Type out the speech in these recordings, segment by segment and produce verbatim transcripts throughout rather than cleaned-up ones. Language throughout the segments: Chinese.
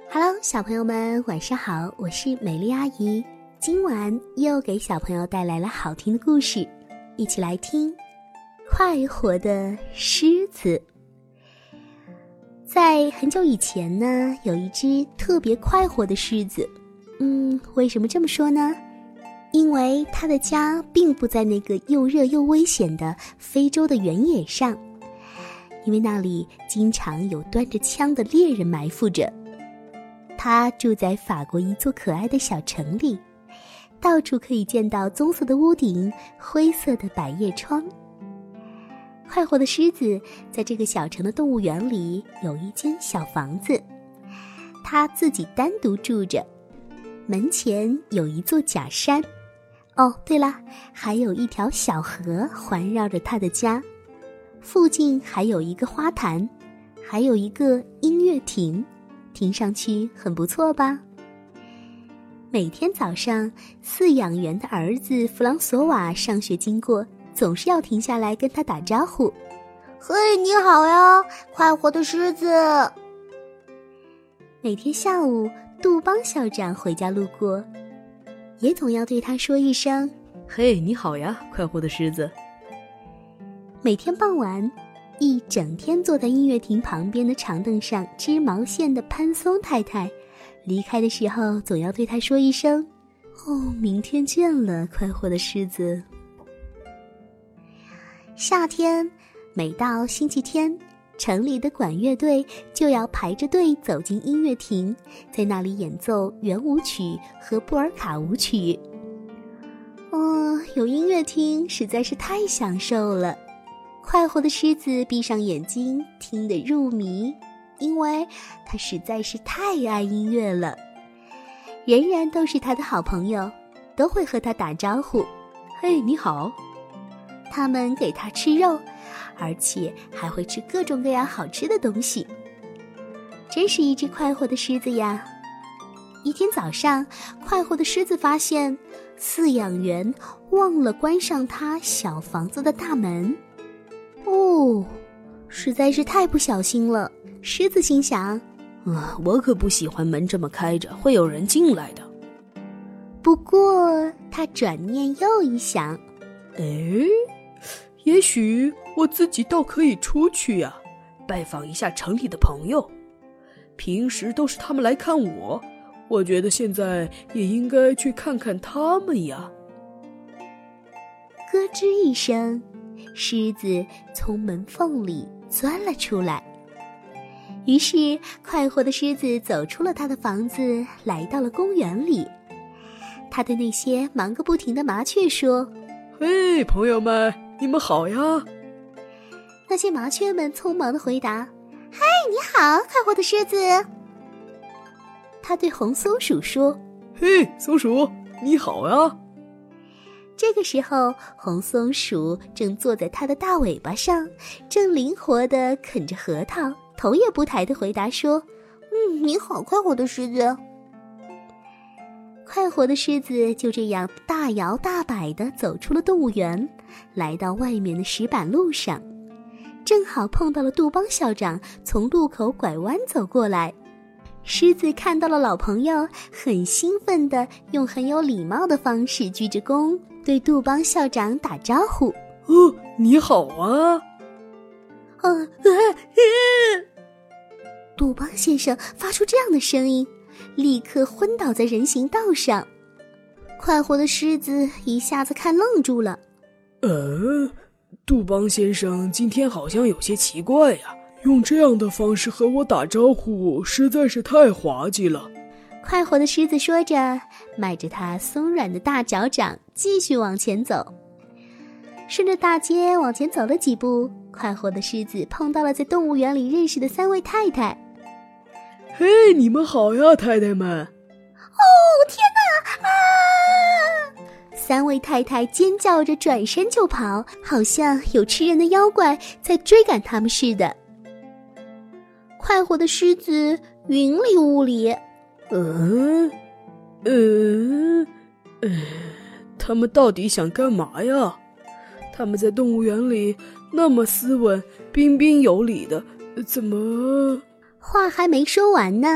Hello， 小朋友们，晚上好，我是美丽阿姨。今晚又给小朋友带来了好听的故事，一起来听《快活的狮子》。在很久以前呢，有一只特别快活的狮子。嗯，为什么这么说呢？因为它的家并不在那个又热又危险的非洲的原野上，因为那里经常有端着枪的猎人埋伏着。他住在法国一座可爱的小城里，到处可以见到棕色的屋顶、灰色的百叶窗。快活的狮子在这个小城的动物园里有一间小房子，他自己单独住着，门前有一座假山。哦，对了，还有一条小河环绕着他的家，附近还有一个花坛，还有一个音乐亭。听上去很不错吧？每天早上，饲养员的儿子弗朗索瓦上学经过，总是要停下来跟他打招呼。 嘿，你好呀，快活的狮子。 每天下午，杜邦校长回家路过，也总要对他说一声： 嘿，你好呀，快活的狮子。 每天傍晚，一整天坐在音乐亭旁边的长凳上织毛线的潘松太太，离开的时候总要对他说一声：哦，明天见了，快活的狮子。夏天，每到星期天，城里的管乐队就要排着队走进音乐亭，在那里演奏圆舞曲和布尔卡舞曲。哦，有音乐厅实在是太享受了。快活的狮子闭上眼睛，听得入迷，因为他实在是太爱音乐了。人人都是他的好朋友，都会和他打招呼。 嘿，你好。 他们给他吃肉，而且还会吃各种各样好吃的东西。真是一只快活的狮子呀！一天早上，快活的狮子发现饲养员忘了关上他小房子的大门。哦，实在是太不小心了。狮子心想： 啊，我可不喜欢门这么开着，会有人进来的。 不过他转念又一想， 诶，也许我自己倒可以出去呀，拜访一下城里的朋友。平时都是他们来看我，我觉得现在也应该去看看他们呀。 咯吱一声，狮子从门缝里钻了出来。于是快活的狮子走出了他的房子，来到了公园里。他对那些忙个不停的麻雀说： 嘿，朋友们，你们好呀。 那些麻雀们匆忙地回答：嘿，你好，快活的狮子。他对红松鼠说： 嘿，松鼠，你好呀。 这个时候，红松鼠正坐在它的大尾巴上，正灵活地啃着核桃，头也不抬地回答说： 嗯，你好，快活的狮子。 快活的狮子就这样大摇大摆地走出了动物园，来到外面的石板路上，正好碰到了杜邦校长从路口拐弯走过来。狮子看到了老朋友，很兴奋地用很有礼貌的方式鞠着躬，对杜邦校长打招呼： 哦，你好啊。 呃呃呃、杜邦先生发出这样的声音，立刻昏倒在人行道上。快活的狮子一下子看愣住了。 呃，杜邦先生今天好像有些奇怪呀，用这样的方式和我打招呼实在是太滑稽了。 快活的狮子说着，迈着它松软的大脚掌继续往前走。顺着大街往前走了几步，快活的狮子碰到了在动物园里认识的三位太太。 嘿，你们好呀，太太们。 哦，天哪！啊！三位太太尖叫着转身就跑，好像有吃人的妖怪在追赶他们似的。快活的狮子云里雾里。 嗯，嗯，嗯，他们到底想干嘛呀？他们在动物园里那么斯文、彬彬有礼的，怎么…… 话还没说完呢，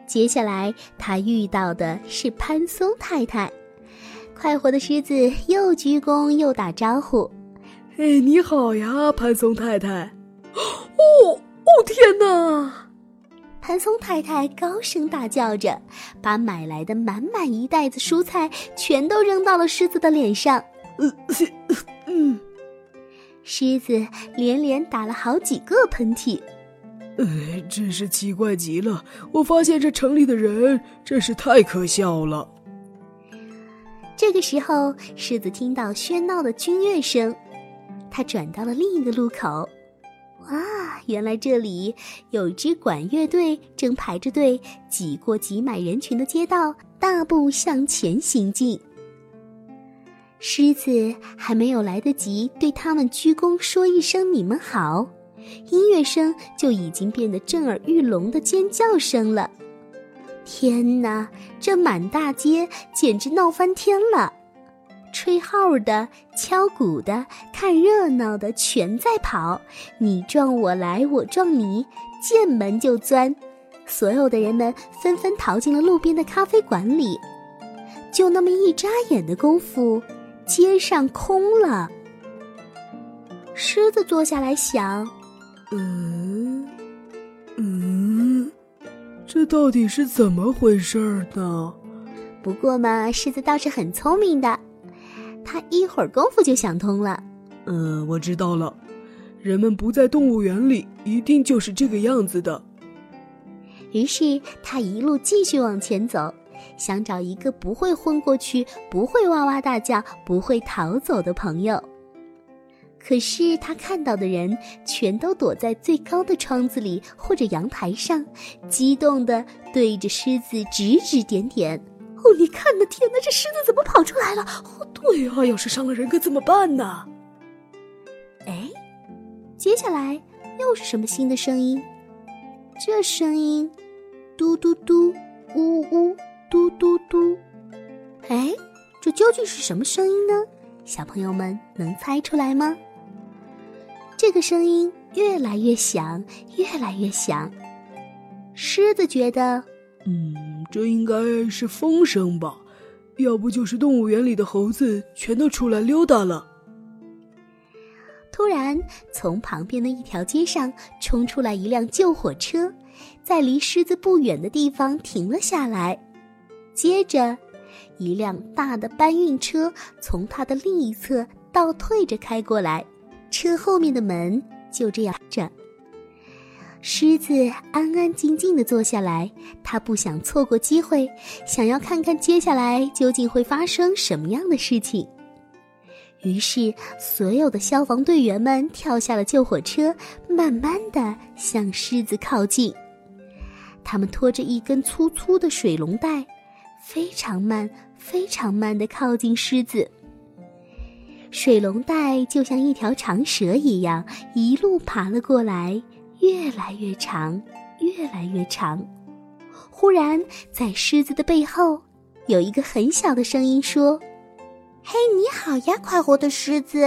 接下来他遇到的是潘松太太。快活的狮子又鞠躬又打招呼： 哎，你好呀，潘松太太。哦哦，天哪！ 潘松太太高声大叫着，把买来的满满一袋子蔬菜全都扔到了狮子的脸上。 呃，嗯， 狮子连连打了好几个喷嚏。 哎，真是奇怪极了！我发现这城里的人真是太可笑了。 这个时候，狮子听到喧闹的军乐声，他转到了另一个路口。哇，原来这里有一支管乐队正排着队挤过挤满人群的街道，大步向前行进。狮子还没有来得及对他们鞠躬说一声你们好，音乐声就已经变得震耳欲聋的尖叫声了。天哪，这满大街简直闹翻天了！吹号的、敲鼓的、看热闹的全在跑，你撞我来，我撞你，见门就钻。所有的人们纷纷逃进了路边的咖啡馆里。就那么一眨眼的功夫，街上空了。狮子坐下来想， 嗯嗯，这到底是怎么回事呢？ 不过嘛，狮子倒是很聪明的，他一会儿功夫就想通了。 呃，我知道了，人们不在动物园里，一定就是这个样子的。 于是他一路继续往前走，想找一个不会昏过去、不会哇哇大叫、不会逃走的朋友。可是他看到的人全都躲在最高的窗子里或者阳台上，激动地对着狮子指指点点。 哦，你看那天哪，这狮子怎么跑出来了？哦，对啊，要是伤了人可怎么办呢？ 哎，接下来又是什么新的声音？这声音，嘟嘟嘟，呜呜，嘟嘟嘟。哎，这究竟是什么声音呢？小朋友们能猜出来吗？这个声音越来越响，越来越响。狮子觉得， 嗯，这应该是风声吧，要不就是动物园里的猴子全都出来溜达了。 突然，从旁边的一条街上冲出来一辆救火车，在离狮子不远的地方停了下来。接着，一辆大的搬运车从它的另一侧倒退着开过来，车后面的门就这样着。狮子安安静静地坐下来，他不想错过机会，想要看看接下来究竟会发生什么样的事情。于是，所有的消防队员们跳下了救火车，慢慢地向狮子靠近。他们拖着一根粗粗的水龙带，非常慢、非常慢地靠近狮子。水龙带就像一条长蛇一样，一路爬了过来，越来越长，越来越长。忽然，在狮子的背后，有一个很小的声音说：“ 嘿，你好呀，快活的狮子。”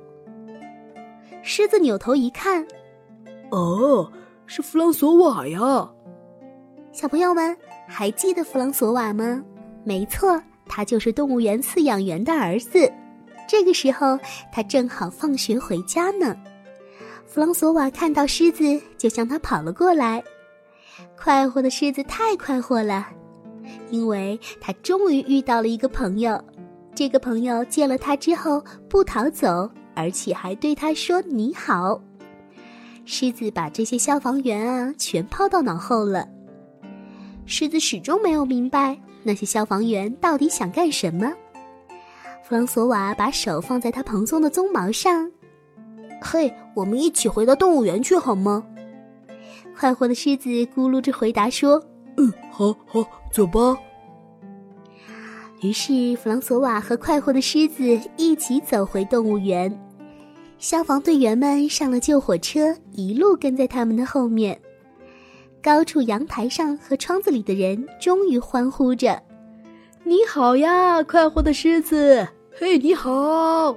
狮子扭头一看， 哦，是弗朗索瓦呀！ 小朋友们还记得弗朗索瓦吗？没错，他就是动物园饲养员的儿子。这个时候，他正好放学回家呢。弗朗索瓦看到狮子，就向他跑了过来。快活的狮子太快活了，因为他终于遇到了一个朋友。这个朋友见了他之后不逃走，而且还对他说你好。狮子把这些消防员啊全抛到脑后了。狮子始终没有明白那些消防员到底想干什么。弗朗索瓦把手放在他蓬松的鬃毛上。 嘿，我们一起回到动物园去好吗？ 快活的狮子咕噜着回答说： 嗯，好好，走吧。 于是弗朗索瓦和快活的狮子一起走回动物园。消防队员们上了救火车，一路跟在他们的后面。高处阳台上和窗子里的人终于欢呼着： 你好呀，快活的狮子！嘿，你好！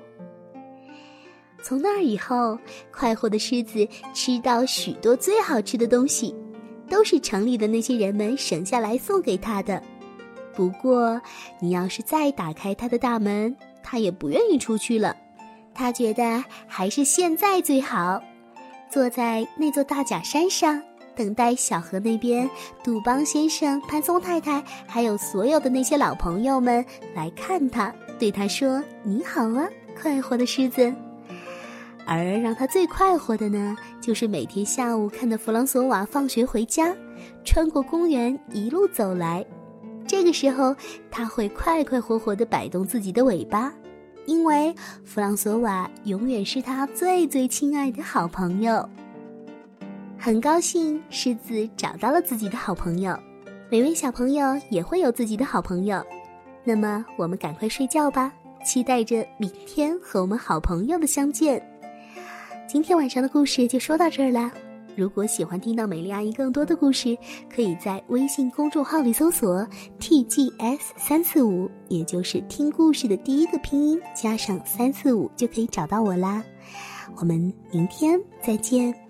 从那以后，快活的狮子吃到许多最好吃的东西， 都是城里的那些人们省下来送给他的。不过，你要是再打开他的大门，他也不愿意出去了。他觉得还是现在最好，坐在那座大假山上，等待小河那边杜邦先生、潘松太太还有所有的那些老朋友们来看他，对他说：“你好啊，快活的狮子。”而让他最快活的呢，就是每天下午看到弗朗索瓦放学回家，穿过公园一路走来。这个时候，他会快快活活地摆动自己的尾巴，因为弗朗索瓦永远是他最最亲爱的好朋友。很高兴狮子找到了自己的好朋友，每位小朋友也会有自己的好朋友。那么我们赶快睡觉吧，期待着明天和我们好朋友的相见。今天晚上的故事就说到这儿啦。如果喜欢听到美丽阿姨更多的故事，可以在微信公众号里搜索 T G S 三四五，也就是听故事的第一个拼音加上三四五就可以找到我啦。我们明天再见。